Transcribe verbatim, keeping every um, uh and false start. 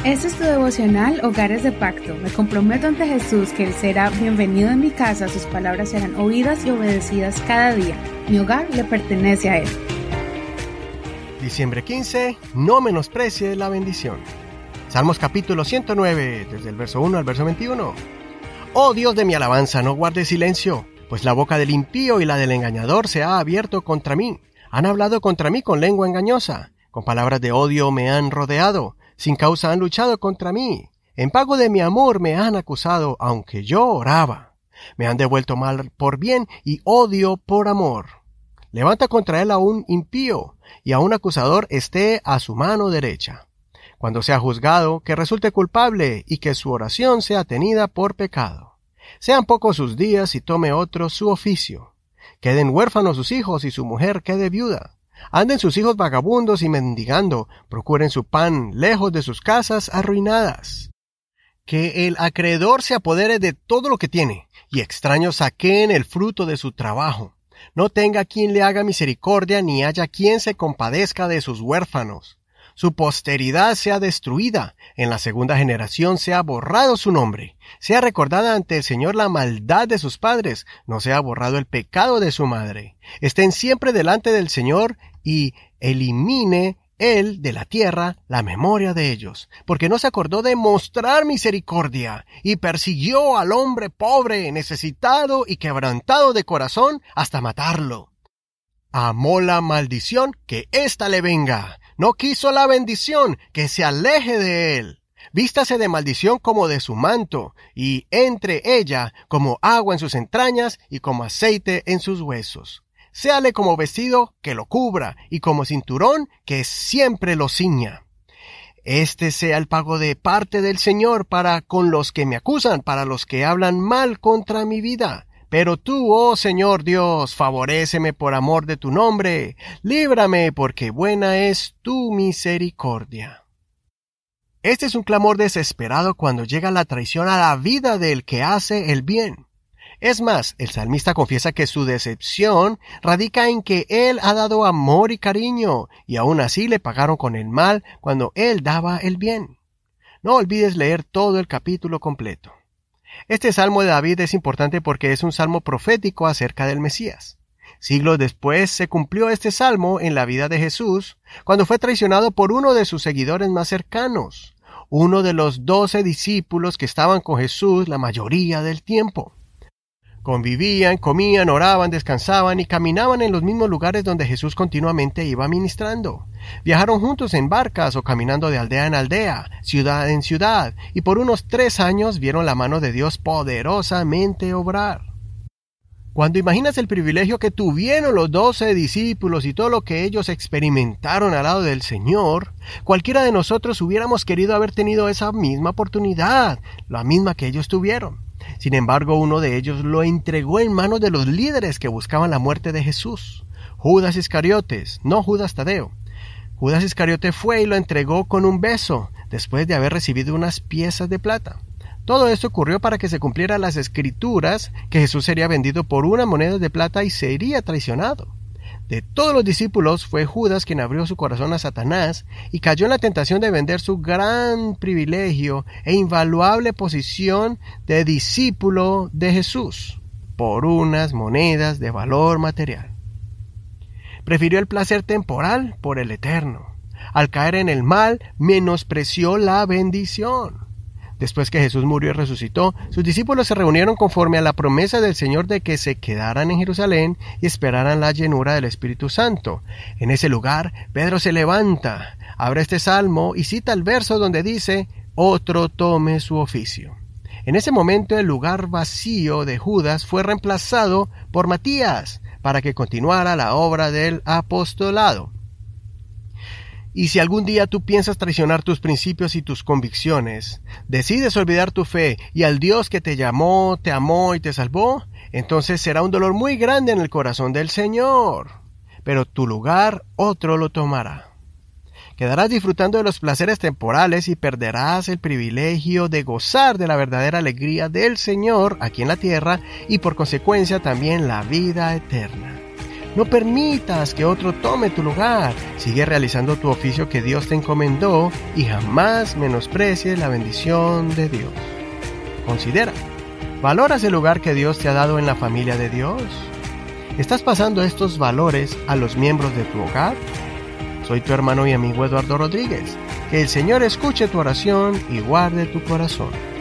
Este es tu devocional Hogares de Pacto. Me comprometo ante Jesús que Él será bienvenido en mi casa, sus palabras serán oídas y obedecidas cada día. Mi hogar le pertenece a Él. Diciembre quince, no menosprecies la bendición. Salmos capítulo ciento nueve, desde el verso uno al verso veintiuno. Oh Dios de mi alabanza, no guardes silencio, pues la boca del impío y la del engañador se ha abierto contra mí. Han hablado contra mí con lengua engañosa, con palabras de odio me han rodeado. Sin causa han luchado contra mí. En pago de mi amor me han acusado, aunque yo oraba. Me han devuelto mal por bien y odio por amor. Levanta contra él a un impío, y a un acusador esté a su mano derecha. Cuando sea juzgado, que resulte culpable, y que su oración sea tenida por pecado. Sean pocos sus días y tome otro su oficio. Queden huérfanos sus hijos y su mujer quede viuda. Anden sus hijos vagabundos y mendigando, procuren su pan lejos de sus casas arruinadas. Que el acreedor se apodere de todo lo que tiene, y extraños saqueen el fruto de su trabajo. No tenga quien le haga misericordia, ni haya quien se compadezca de sus huérfanos. Su posteridad sea destruida, en la segunda generación sea borrado su nombre. Sea recordada ante el Señor la maldad de sus padres, no sea borrado el pecado de su madre. Estén siempre delante del Señor y elimine Él de la tierra la memoria de ellos, porque no se acordó de mostrar misericordia, y persiguió al hombre pobre, necesitado y quebrantado de corazón hasta matarlo. Amó la maldición, que ésta le venga. No quiso la bendición, que se aleje de él. Vístase de maldición como de su manto, y entre ella como agua en sus entrañas y como aceite en sus huesos. Séale como vestido que lo cubra, y como cinturón que siempre lo ciña. Este sea el pago de parte del Señor para con los que me acusan, para los que hablan mal contra mi vida. Pero tú, oh Señor Dios, favoréceme por amor de tu nombre. Líbrame, porque buena es tu misericordia. Este es un clamor desesperado cuando llega la traición a la vida del que hace el bien. Es más, el salmista confiesa que su decepción radica en que él ha dado amor y cariño, y aún así le pagaron con el mal cuando él daba el bien. No olvides leer todo el capítulo completo. Este salmo de David es importante porque es un salmo profético acerca del Mesías. Siglos después se cumplió este salmo en la vida de Jesús, cuando fue traicionado por uno de sus seguidores más cercanos, uno de los doce discípulos que estaban con Jesús la mayoría del tiempo. Convivían, comían, oraban, descansaban y caminaban en los mismos lugares donde Jesús continuamente iba ministrando. Viajaron juntos en barcas o caminando de aldea en aldea, ciudad en ciudad, y por unos tres años vieron la mano de Dios poderosamente obrar. Cuando imaginas el privilegio que tuvieron los doce discípulos y todo lo que ellos experimentaron al lado del Señor, cualquiera de nosotros hubiéramos querido haber tenido esa misma oportunidad, la misma que ellos tuvieron. Sin embargo, uno de ellos lo entregó en manos de los líderes que buscaban la muerte de Jesús. Judas Iscariotes, no Judas Tadeo. Judas Iscariote fue y lo entregó con un beso, después de haber recibido unas piezas de plata. Todo esto ocurrió para que se cumplieran las escrituras, que Jesús sería vendido por unas monedas de plata y sería traicionado. De todos los discípulos fue Judas quien abrió su corazón a Satanás y cayó en la tentación de vender su gran privilegio e invaluable posición de discípulo de Jesús por unas monedas de valor material. Prefirió el placer temporal por el eterno. Al caer en el mal, menospreció la bendición. Después que Jesús murió y resucitó, sus discípulos se reunieron conforme a la promesa del Señor de que se quedaran en Jerusalén y esperaran la llenura del Espíritu Santo. En ese lugar, Pedro se levanta, abre este salmo y cita el verso donde dice, «Otro tome su oficio». En ese momento el lugar vacío de Judas fue reemplazado por Matías para que continuara la obra del apostolado. Y si algún día tú piensas traicionar tus principios y tus convicciones, decides olvidar tu fe y al Dios que te llamó, te amó y te salvó, entonces será un dolor muy grande en el corazón del Señor. Pero tu lugar otro lo tomará. Quedarás disfrutando de los placeres temporales y perderás el privilegio de gozar de la verdadera alegría del Señor aquí en la tierra y por consecuencia también la vida eterna. No permitas que otro tome tu lugar. Sigue realizando tu oficio que Dios te encomendó y jamás menosprecies la bendición de Dios. Considera, ¿valoras el lugar que Dios te ha dado en la familia de Dios? ¿Estás pasando estos valores a los miembros de tu hogar? Soy tu hermano y amigo Eduardo Rodríguez. Que el Señor escuche tu oración y guarde tu corazón.